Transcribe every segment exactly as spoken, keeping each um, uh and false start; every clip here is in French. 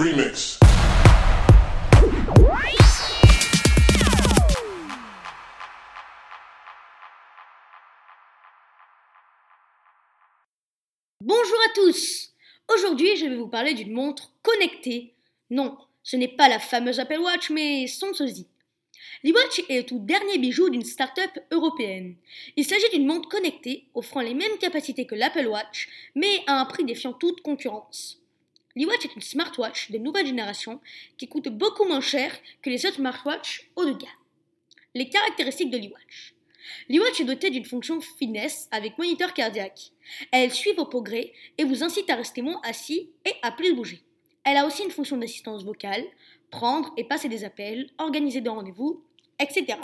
Remix. Bonjour à tous! Aujourd'hui, je vais vous parler d'une montre connectée. Non, ce n'est pas la fameuse Apple Watch, mais son sosie. L'iWatch est le tout dernier bijou d'une start-up européenne. Il s'agit d'une montre connectée offrant les mêmes capacités que l'Apple Watch, mais à un prix défiant toute concurrence. L'iWatch est une smartwatch de nouvelle génération qui coûte beaucoup moins cher que les autres smartwatches haut de gamme. Les caractéristiques de l'iWatch. L'iWatch est dotée d'une fonction fitness avec moniteur cardiaque. Elle suit vos progrès et vous incite à rester moins assis et à plus bouger. Elle a aussi une fonction d'assistance vocale, prendre et passer des appels, organiser des rendez-vous, et cetera.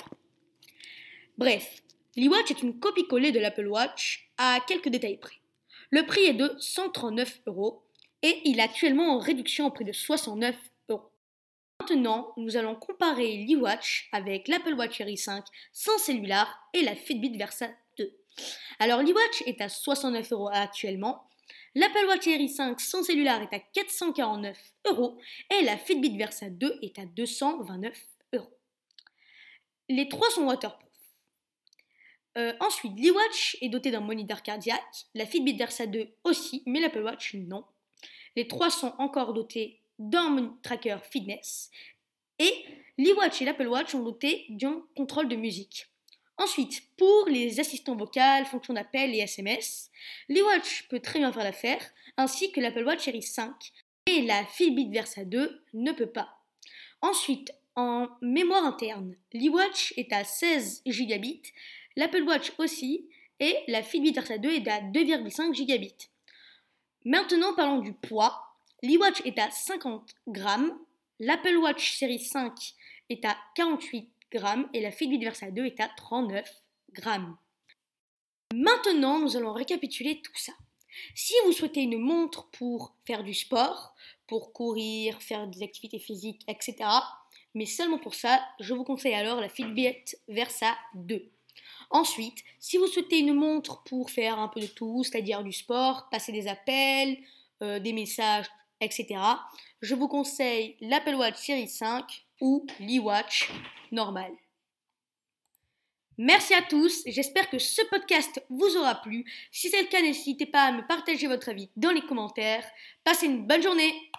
Bref, l'iWatch est une copie-collée de l'Apple Watch à quelques détails près. Le prix est de cent trente-neuf euros et il est actuellement en réduction au prix de soixante-neuf euros. Maintenant, nous allons comparer l'iWatch avec l'Apple Watch Series cinq sans cellulaire et la Fitbit Versa deux. Alors l'iWatch est à soixante-neuf euros actuellement, l'Apple Watch Series cinq sans cellulaire est à quatre cent quarante-neuf euros et la Fitbit Versa deux est à deux cent vingt-neuf euros. Les trois sont waterproof. Euh, ensuite, l'iWatch est doté d'un moniteur cardiaque, la Fitbit Versa deux aussi, mais l'Apple Watch non. Les trois sont encore dotés d'un tracker fitness et l'iWatch et l'Apple Watch sont dotés d'un contrôle de musique. Ensuite, pour les assistants vocaux, fonctions d'appel et S M S, l'iWatch peut très bien faire l'affaire, ainsi que l'Apple Watch Series cinq, et la Fitbit Versa deux ne peut pas. Ensuite, en mémoire interne, l'iWatch est à seize gigabits, l'Apple Watch aussi, et la Fitbit Versa deux est à deux virgule cinq gigabits. Maintenant, parlons du poids. L'iWatch est à cinquante grammes, l'Apple Watch Series cinq est à quarante-huit grammes et la Fitbit Versa deux est à trente-neuf grammes. Maintenant, nous allons récapituler tout ça. Si vous souhaitez une montre pour faire du sport, pour courir, faire des activités physiques, et cetera, mais seulement pour ça, je vous conseille alors la Fitbit Versa deux. Ensuite, si vous souhaitez une montre pour faire un peu de tout, c'est-à-dire du sport, passer des appels, euh, des messages, et cetera, je vous conseille l'Apple Watch Series cinq ou l'iWatch normal. Merci à tous, j'espère que ce podcast vous aura plu. Si c'est le cas, n'hésitez pas à me partager votre avis dans les commentaires. Passez une bonne journée!